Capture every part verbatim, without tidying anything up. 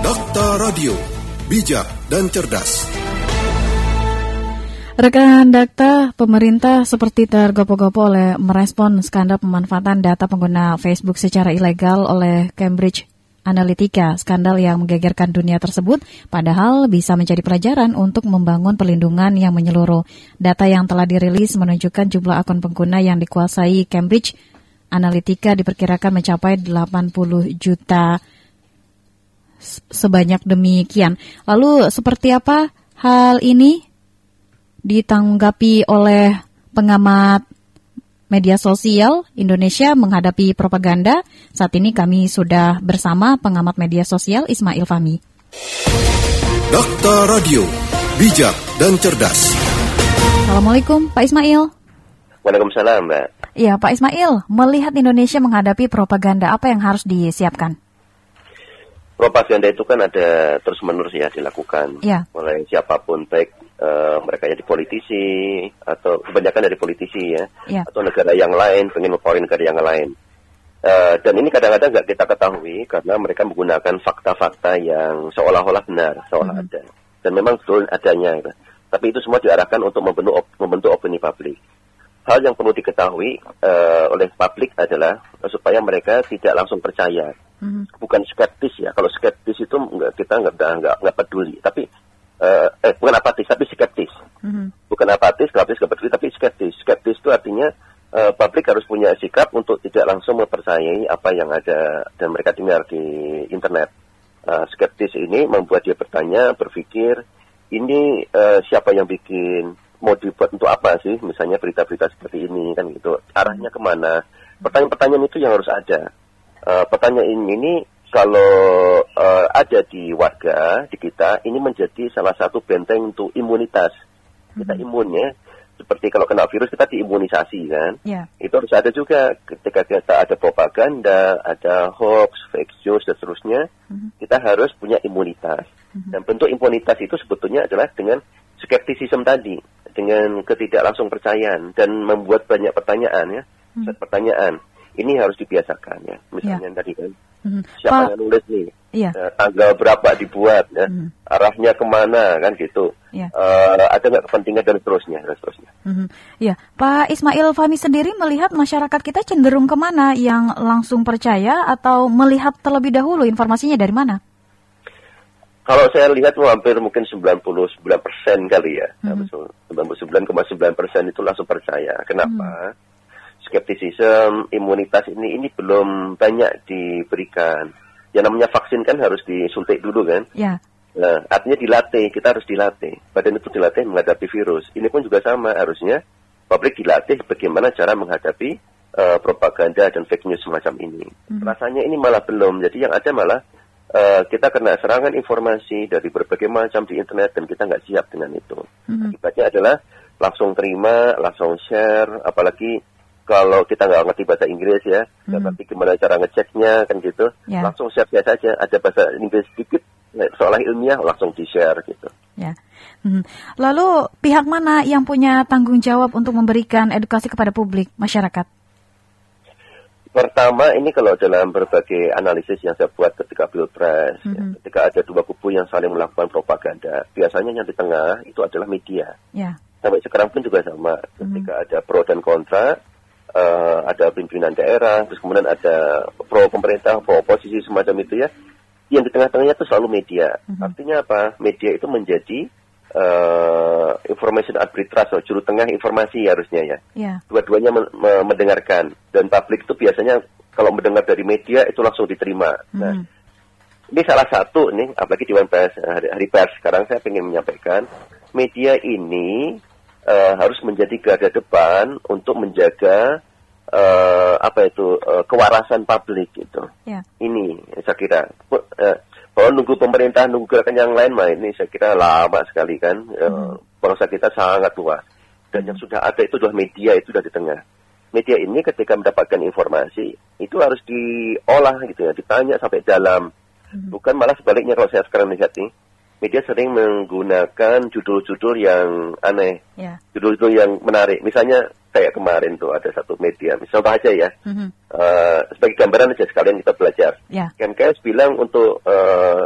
Dakta Radio, bijak dan cerdas. Rekan Dakta, pemerintah seperti tergopoh-gopoh oleh merespon skandal pemanfaatan data pengguna Facebook secara ilegal oleh Cambridge Analytica. Skandal yang menggegerkan dunia tersebut padahal bisa menjadi pelajaran untuk membangun perlindungan yang menyeluruh. Data yang telah dirilis menunjukkan jumlah akun pengguna yang dikuasai Cambridge Analytica diperkirakan mencapai delapan puluh juta sebanyak demikian. Lalu seperti apa hal ini ditanggapi oleh pengamat media sosial Indonesia menghadapi propaganda? Saat ini kami sudah bersama pengamat media sosial Ismail Fahmi. Dakta Radio, bijak dan cerdas. Assalamualaikum Pak Ismail. Waalaikumsalam Mbak. Iya Pak Ismail, melihat Indonesia menghadapi propaganda, apa yang harus disiapkan? Propaganda itu kan ada terus-menerus ya dilakukan ya. oleh siapapun, baik Uh, mereka jadi politisi atau kebanyakan dari politisi ya, ya. atau negara yang lain pengen mempengaruhi negara yang lain. Uh, dan ini kadang-kadang nggak kita ketahui karena mereka menggunakan fakta-fakta yang seolah-olah benar, seolah hmm. ada, dan memang betul adanya. Gitu. Tapi itu semua diarahkan untuk membentuk, op- membentuk opini publik. Hal yang perlu diketahui uh, oleh publik adalah uh, supaya mereka tidak langsung percaya, hmm. bukan skeptis ya. Kalau skeptis itu nggak, kita nggak nggak nggak peduli, tapi Uh, eh bukan apatis tapi skeptis, mm-hmm. bukan apatis, skeptis, nggak peduli tapi skeptis. Skeptis itu artinya uh, publik harus punya sikap untuk tidak langsung mempercayai apa yang ada dan mereka dengar di internet. Uh, skeptis ini membuat dia bertanya, berpikir, ini uh, siapa yang bikin, mau dibuat untuk apa sih? Misalnya berita-berita seperti ini kan gitu. Arahnya kemana? Pertanyaan-pertanyaan itu yang harus ada. Uh, pertanyaan ini kalau uh, ada di warga, di kita, ini menjadi salah satu benteng untuk imunitas. Kita imun ya. Seperti kalau kena virus, kita diimunisasi kan. Yeah. Itu harus ada juga ketika kita ada propaganda, ada hoax, fake news, dan seterusnya. Mm-hmm. Kita harus punya imunitas. Mm-hmm. Dan bentuk imunitas itu sebetulnya adalah dengan skeptisisme tadi. Dengan ketidak langsung percayaan. Dan membuat banyak pertanyaan ya. Mm-hmm. Pertanyaan. Ini harus dibiasakan ya. Misalnya yeah. tadi kan. Hmm. Siapa pa- yang nulis nih, iya. uh, tanggal berapa dibuat, ya? hmm. arahnya kemana, kan gitu, iya. uh, ada nggak kepentingan dan seterusnya, dan seterusnya. Hmm. Ya, Pak Ismail Fahmi sendiri melihat masyarakat kita cenderung kemana, yang langsung percaya atau melihat terlebih dahulu informasinya dari mana? Kalau saya lihat oh, hampir mungkin sembilan puluh sembilan persen kali ya, hmm. sembilan puluh sembilan koma sembilan persen itu langsung percaya. Kenapa? Hmm. Skeptisisme, imunitas ini ini belum banyak diberikan. Yang namanya vaksin kan harus disuntik dulu kan. Ya. Nah, artinya dilatih, kita harus dilatih. Badan itu dilatih menghadapi virus. Ini pun juga sama, harusnya publik dilatih bagaimana cara menghadapi uh, propaganda dan fake news semacam ini. Hmm. Rasanya ini malah belum. Jadi yang ada malah uh, kita kena serangan informasi dari berbagai macam di internet dan kita nggak siap dengan itu. Hmm. Akibatnya adalah langsung terima, langsung share, apalagi kalau kita nggak ngerti bahasa Inggris ya, nggak hmm. ngerti gimana cara ngeceknya kan gitu, ya. Langsung share-share saja. Ada bahasa Inggris sedikit, seolah ilmiah, langsung di-share gitu. Ya. Hmm. Lalu pihak mana yang punya tanggung jawab untuk memberikan edukasi kepada publik, masyarakat? Pertama, ini kalau dalam berbagai analisis yang saya buat ketika Pilpres, hmm. ya, ketika ada dua kubu yang saling melakukan propaganda, biasanya yang di tengah itu adalah media. Ya. Sampai sekarang pun juga sama, ketika hmm. ada pro dan kontra, Uh, ada pimpinan daerah, terus kemudian ada pro pemerintah, pro oposisi semacam itu ya. Yang di tengah-tengahnya itu selalu media. Mm-hmm. Artinya apa? Media itu menjadi uh, information arbitrage, juru tengah informasi harusnya ya. Yeah. Dua-duanya men- men- mendengarkan. Dan publik itu biasanya kalau mendengar dari media itu langsung diterima. Mm-hmm. Nah, ini salah satu nih, apalagi di pers, hari, hari pers sekarang saya ingin menyampaikan, media ini Uh, harus menjadi garda depan untuk menjaga uh, apa itu uh, kewarasan publik gitu. Yeah. Ini saya kira uh, kalau nunggu pemerintah, nunggu gerakan yang lain mah ini saya kira lama sekali kan. Uh, mm. Bangsa kita sangat luas dan yang sudah ada itu adalah media, itu sudah di tengah. Media ini ketika mendapatkan informasi itu harus diolah gitu ya, ditanya sampai dalam. Mm. Bukan malah sebaliknya kalau saya sekarang lihat nih. Media sering menggunakan judul-judul yang aneh, yeah. judul-judul yang menarik. Misalnya kayak kemarin tuh ada satu media, misalnya aja ya, mm-hmm. uh, sebagai gambaran aja sekalian kita belajar. Yeah. Kemenkes bilang untuk uh,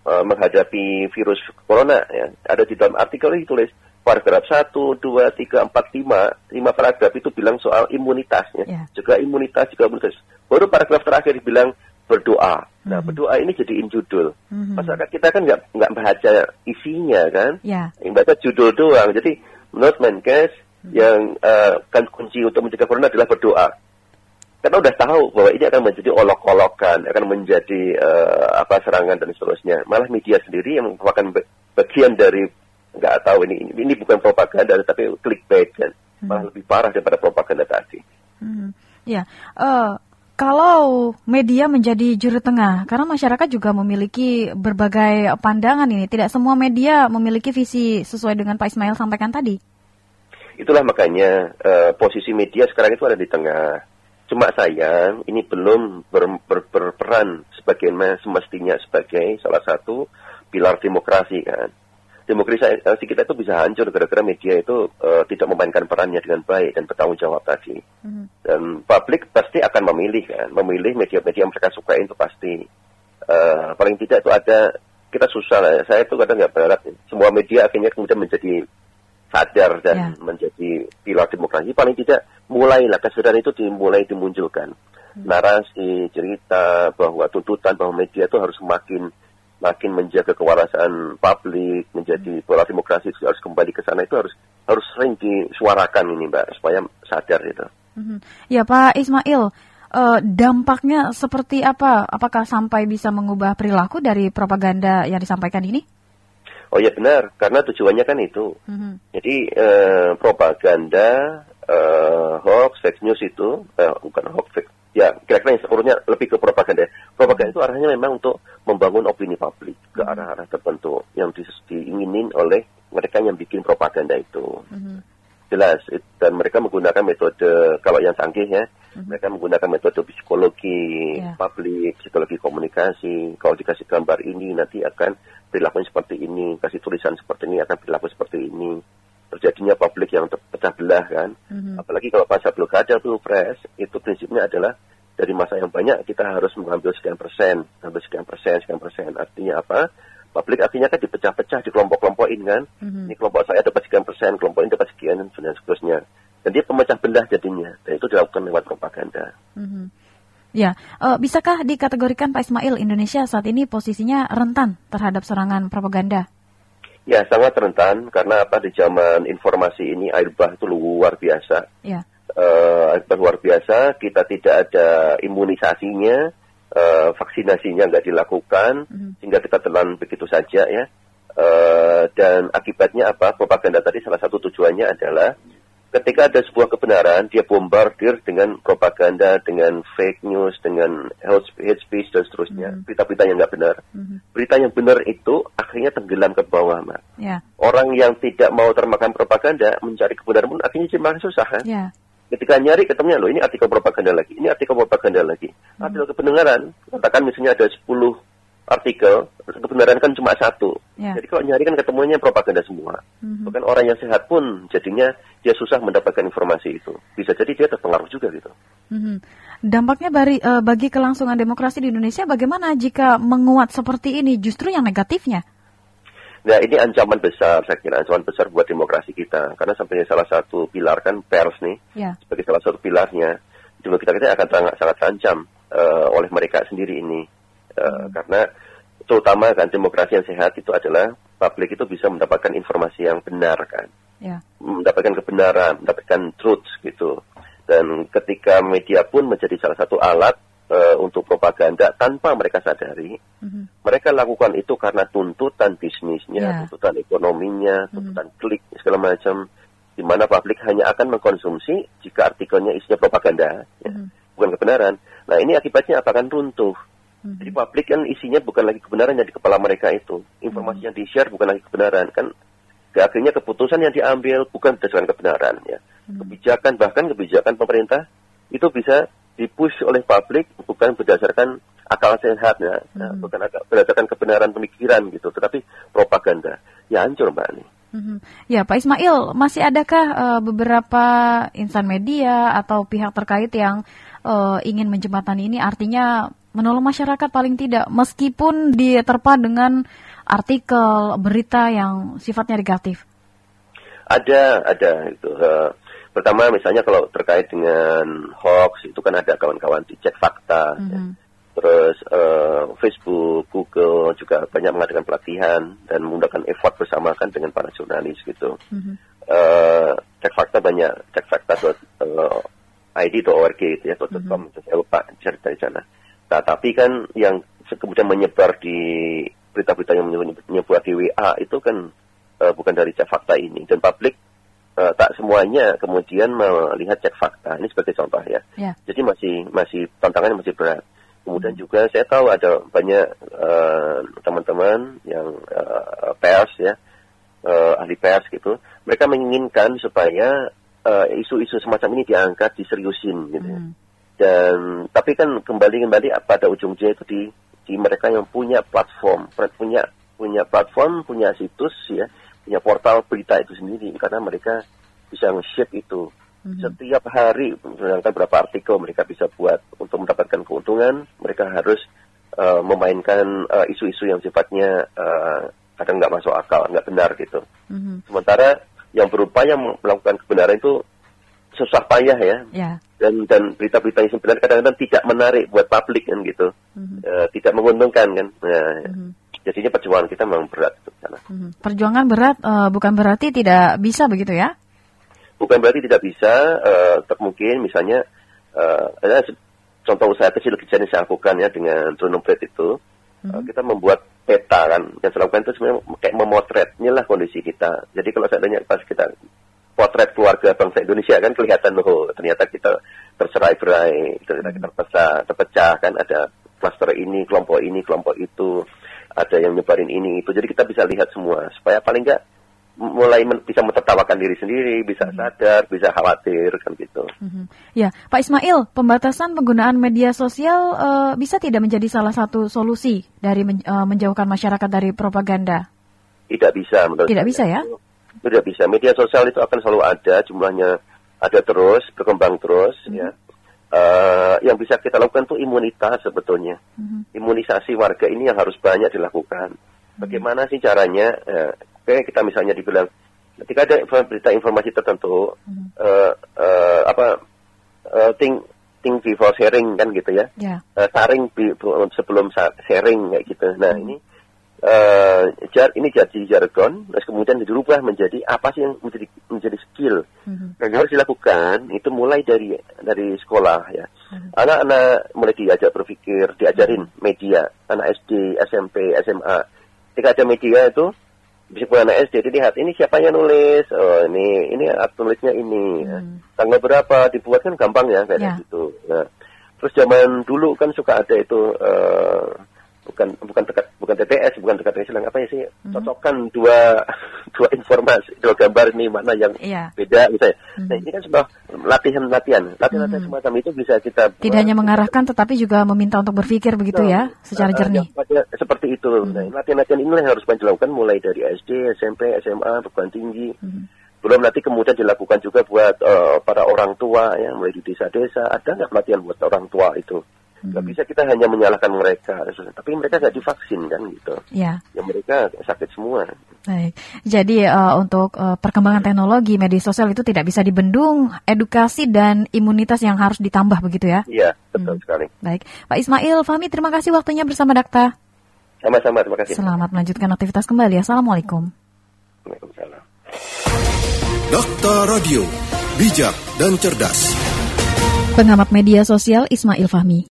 uh, menghadapi virus corona ya. Ada di dalam artikel ini tulis paragraf satu, dua, tiga, empat, lima, lima paragraf itu bilang soal imunitasnya. Yeah. Juga imunitas, juga imunitas. Baru paragraf terakhir bilang berdoa. Mm-hmm. Nah, berdoa ini jadiin judul. Mm-hmm. Masyarakat kita kan nggak nggak baca isinya kan, yeah. Yang baca judul doang. Jadi menurut Menkes mm-hmm. yang uh, kan kunci untuk mencegah corona adalah berdoa. Karena udah tahu bahwa ini akan menjadi olok-olokan, akan menjadi uh, apa serangan dan seterusnya. Malah media sendiri yang merupakan bagian dari nggak tahu ini ini bukan propaganda tapi clickbait kan, malah hmm. lebih parah daripada propaganda tadi. Hmm. Ya, uh, kalau media menjadi juru tengah, karena masyarakat juga memiliki berbagai pandangan ini, tidak semua media memiliki visi sesuai dengan Pak Ismail sampaikan tadi. Itulah makanya uh, posisi media sekarang itu ada di tengah. Cuma sayang ini belum ber, ber, berperan sebagaimana semestinya sebagai salah satu pilar demokrasi kan. Demokrasi kita itu bisa hancur gara-gara media itu uh, tidak memainkan perannya dengan baik dan bertanggung jawab tadi. Mm-hmm. Dan publik pasti akan memilih kan, memilih media-media yang mereka sukai itu pasti. Uh, paling tidak itu ada, kita susah lah. Saya itu kadang nggak berharap semua media akhirnya kemudian menjadi sadar dan yeah. menjadi pilar demokrasi. Paling tidak mulailah kesadaran itu dimulai dimunculkan. Mm-hmm. Narasi, cerita bahwa tuntutan bahwa media itu harus semakin makin menjaga kewarasan publik, menjadi pola demokrasi harus kembali ke sana, itu harus harus sering disuarakan ini Mbak, supaya sadar itu. Mm-hmm. Ya Pak Ismail, uh, dampaknya seperti apa? Apakah sampai bisa mengubah perilaku dari propaganda yang disampaikan ini? Oh ya benar, karena tujuannya kan itu. Mm-hmm. Jadi uh, propaganda, uh, hoax, fake news itu, uh, bukan hoax, fake ya kira-kira yang seluruhnya lebih ke propaganda. Propaganda itu arahnya memang untuk membangun opini publik ke arah-arah tertentu yang di, diinginin oleh mereka yang bikin propaganda itu. Mm-hmm. Jelas, dan mereka menggunakan metode, kalau yang canggih ya, mm-hmm. mereka menggunakan metode psikologi yeah. publik, psikologi komunikasi. Kalau dikasih gambar ini nanti akan perilakunya seperti ini, kasih tulisan seperti ini akan perilaku seperti ini. Terjadinya publik yang terpecah belah kan. Mm-hmm. Apalagi kalau masa pilkada pilpres, itu prinsipnya adalah dari masa yang banyak kita harus mengambil sekian persen, ambil sekian persen, sekian persen. Artinya apa? Publik artinya kan dipecah-pecah, di kelompok-kelompokin kan. Mm-hmm. Ini kelompok saya dapat sekian persen, kelompok ini dapat sekian, dan seterusnya. Dan dia pemecah belah jadinya. Dan itu dilakukan lewat propaganda. Mm-hmm. Ya, uh, bisakah dikategorikan Pak Ismail, Indonesia saat ini posisinya rentan terhadap serangan propaganda? Ya, sangat rentan karena apa, di zaman informasi ini air bah itu luar biasa. Ya. Uh, air bah luar biasa, kita tidak ada imunisasinya, uh, vaksinasinya nggak dilakukan, mm-hmm. sehingga kita telan begitu saja ya. Uh, dan akibatnya apa? Propaganda tadi salah satu tujuannya adalah ketika ada sebuah kebenaran, dia bombardir dengan propaganda, dengan fake news, dengan hate speech dan seterusnya. Mm-hmm. Berita-berita yang nggak benar. Mm-hmm. Berita yang benar itu akhirnya tenggelam ke bawah, Mbak. Yeah. Orang yang tidak mau termakan propaganda, mencari kebenaran pun akhirnya jadi makin susah, kan? Yeah. Ketika nyari, ketemunya, loh ini artikel propaganda lagi, ini artikel propaganda lagi. Mm-hmm. Artikel kebenaran, katakan misalnya ada sepuluh artikel, kebenaran kan cuma satu. Yeah. Jadi kalau nyari kan ketemunya propaganda semua. Mm-hmm. Bahkan orang yang sehat pun jadinya dia susah mendapatkan informasi itu. Bisa jadi dia terpengaruh juga gitu. Mm-hmm. Dampaknya bagi, uh, bagi kelangsungan demokrasi di Indonesia bagaimana jika menguat seperti ini, justru yang negatifnya? Nah ini ancaman besar, saya kira ancaman besar buat demokrasi kita. Karena sampai salah satu pilar kan pers nih, yeah. sebagai salah satu pilarnya, demokrasi kita akan sangat, sangat terancam uh, oleh mereka sendiri ini. Uh, hmm. Karena terutama kan demokrasi yang sehat itu adalah publik itu bisa mendapatkan informasi yang benar kan, yeah. mendapatkan kebenaran, mendapatkan truth gitu. Dan ketika media pun menjadi salah satu alat uh, untuk propaganda tanpa mereka sadari, mm-hmm. mereka lakukan itu karena tuntutan bisnisnya, yeah. tuntutan ekonominya, tuntutan mm-hmm. klik segala macam, di mana publik hanya akan mengkonsumsi jika artikelnya isinya propaganda, ya, mm-hmm. bukan kebenaran. Nah ini akibatnya apa, kan runtuh. Mm-hmm. Jadi publik kan isinya bukan lagi kebenaran yang di kepala mereka itu. Informasi mm-hmm. yang di-share bukan lagi kebenaran. Kan akhirnya keputusan yang diambil bukan berdasarkan kebenaran. Ya. Mm-hmm. Kebijakan, bahkan kebijakan pemerintah itu bisa dipush oleh publik bukan berdasarkan akal sehat. Ya. Mm-hmm. Nah, bukan berdasarkan kebenaran pemikiran gitu. Tetapi propaganda. Ya hancur Mbak nih. Mm-hmm. Ya Pak Ismail, masih adakah uh, beberapa insan media atau pihak terkait yang uh, ingin menjembatani ini, artinya menolong masyarakat paling tidak, meskipun diterpa dengan artikel, berita yang sifatnya negatif? Ada, ada itu. Uh, pertama misalnya kalau terkait dengan hoax, itu kan ada kawan-kawan di Cek Fakta, mm-hmm. ya. Terus uh, Facebook, Google juga banyak mengadakan pelatihan dan menggunakan effort bersama kan dengan para jurnalis gitu. Mm-hmm. Uh, Cek Fakta banyak, cek fakta dot i d dot org gitu ya, mm-hmm. .com, saya lupa cerita di sana. Nah, tapi kan yang kemudian menyebar di berita-berita yang menyebar di W A itu kan uh, bukan dari Cek Fakta ini, dan publik uh, tak semuanya kemudian melihat Cek Fakta ini sebagai contoh ya. Yeah. Jadi masih masih tantangannya masih berat. Kemudian juga saya tahu ada banyak uh, teman-teman yang uh, pers ya, uh, ahli pers gitu. Mereka menginginkan supaya uh, isu-isu semacam ini diangkat, diseriusin gitu. Mm. Dan tapi kan kembali-kembali pada ujungnya itu di, di mereka yang punya platform, punya punya platform, punya situs ya, punya portal berita itu sendiri, karena mereka bisa nge-shape itu. Mm-hmm. Setiap hari, sedangkan berapa artikel mereka bisa buat untuk mendapatkan keuntungan, mereka harus uh, memainkan uh, isu-isu yang sifatnya uh, kadang nggak masuk akal, nggak benar gitu. Mm-hmm. Sementara yang berupaya melakukan kebenaran itu susah payah ya, yeah. dan dan berita-berita yang sebenarnya kadang-kadang tidak menarik buat publik kan gitu, mm-hmm. uh, tidak menguntungkan kan. Nah, mm-hmm. jadinya perjuangan kita memang berat itu sana. Mm-hmm. Perjuangan berat uh, bukan berarti tidak bisa begitu ya? Bukan berarti tidak bisa, uh, mungkin misalnya, uh, ada contoh usaha kecil kecil yang saya lakukan ya dengan True Numbret itu, hmm. uh, kita membuat peta kan, yang saya lakukan itu sebenarnya kayak memotret, inilah kondisi kita. Jadi kalau saya tanya pas kita potret keluarga bangsa Indonesia kan kelihatan, oh ternyata kita tercerai-berai, ternyata kita terpecah, terpecah kan, ada klaster ini, kelompok ini, kelompok itu, ada yang nyebarin ini itu. Jadi kita bisa lihat semua, supaya paling enggak mulai men- bisa mentertawakan diri sendiri, bisa mm-hmm. sadar, bisa khawatir, kan gitu. Mm-hmm. Ya, Pak Ismail, pembatasan penggunaan media sosial uh, bisa tidak menjadi salah satu solusi dari men- uh, menjauhkan masyarakat dari propaganda? Tidak bisa, menurut Tidak saya. bisa ya? Tidak bisa. Media sosial itu akan selalu ada, jumlahnya ada terus, berkembang terus, mm-hmm. ya. Uh, yang bisa kita lakukan itu imunitas sebetulnya. Mm-hmm. Imunisasi warga ini yang harus banyak dilakukan. Bagaimana mm-hmm. sih caranya? Uh, Oke, kita misalnya dibilang ketika ada berita informasi tertentu, hmm. uh, uh, apa uh, think think before sharing kan gitu ya, yeah. uh, saring bi- sebelum sharing kayak gitu. Nah hmm. ini uh, jar ini jadi jargon, terus kemudian dirubah menjadi apa sih yang menjadi menjadi skill. Hmm. Dan harus dilakukan itu mulai dari dari sekolah ya. Hmm. Anak-anak mulai diajak berpikir, diajarin media, anak S D, S M P, S M A. Ketika ada media itu meskipun anak S D dilihat ini siapa yang nulis, oh ini ini tulisnya ini, hmm. tanggal berapa dibuat kan gampang ya kayak yeah. gitu. Nah, terus zaman dulu kan suka ada itu uh, bukan bukan dekat bukan T T S bukan dekat Islam apa ya sih, hmm. cocokkan dua dua informasi, dua gambar ini mana yang yeah. beda misalnya. Hmm. Nah ini kan sebuah latihan latihan latihan hmm. semacam itu bisa kita tidak uh, hanya mengarahkan tetapi juga meminta untuk berpikir begitu nah, ya secara uh, jernih. Ya, seperti itu. Hmm. Nah, latihan-latihan inilah yang harus dilakukan mulai dari S D, S M P, S M A, perguruan tinggi. Hmm. Belum nanti kemudian dilakukan juga buat uh, para orang tua ya, mulai di desa-desa. Ada nggak pelatihan buat orang tua itu? Nggak hmm. bisa kita hanya menyalahkan mereka, tapi mereka nggak divaksin kan gitu. Ya. Ya mereka sakit semua. Baik. Jadi uh, untuk uh, perkembangan teknologi media sosial itu tidak bisa dibendung, edukasi dan imunitas yang harus ditambah begitu ya? Iya, betul hmm. sekali. Baik, Pak Ismail Fahmi, terima kasih waktunya bersama Dakta. Sama-sama, terima kasih. Selamat melanjutkan aktivitas kembali. Assalamualaikum. Waalaikumsalam. Dakta Radio, bijak dan cerdas. Pengamat media sosial Ismail Fahmi.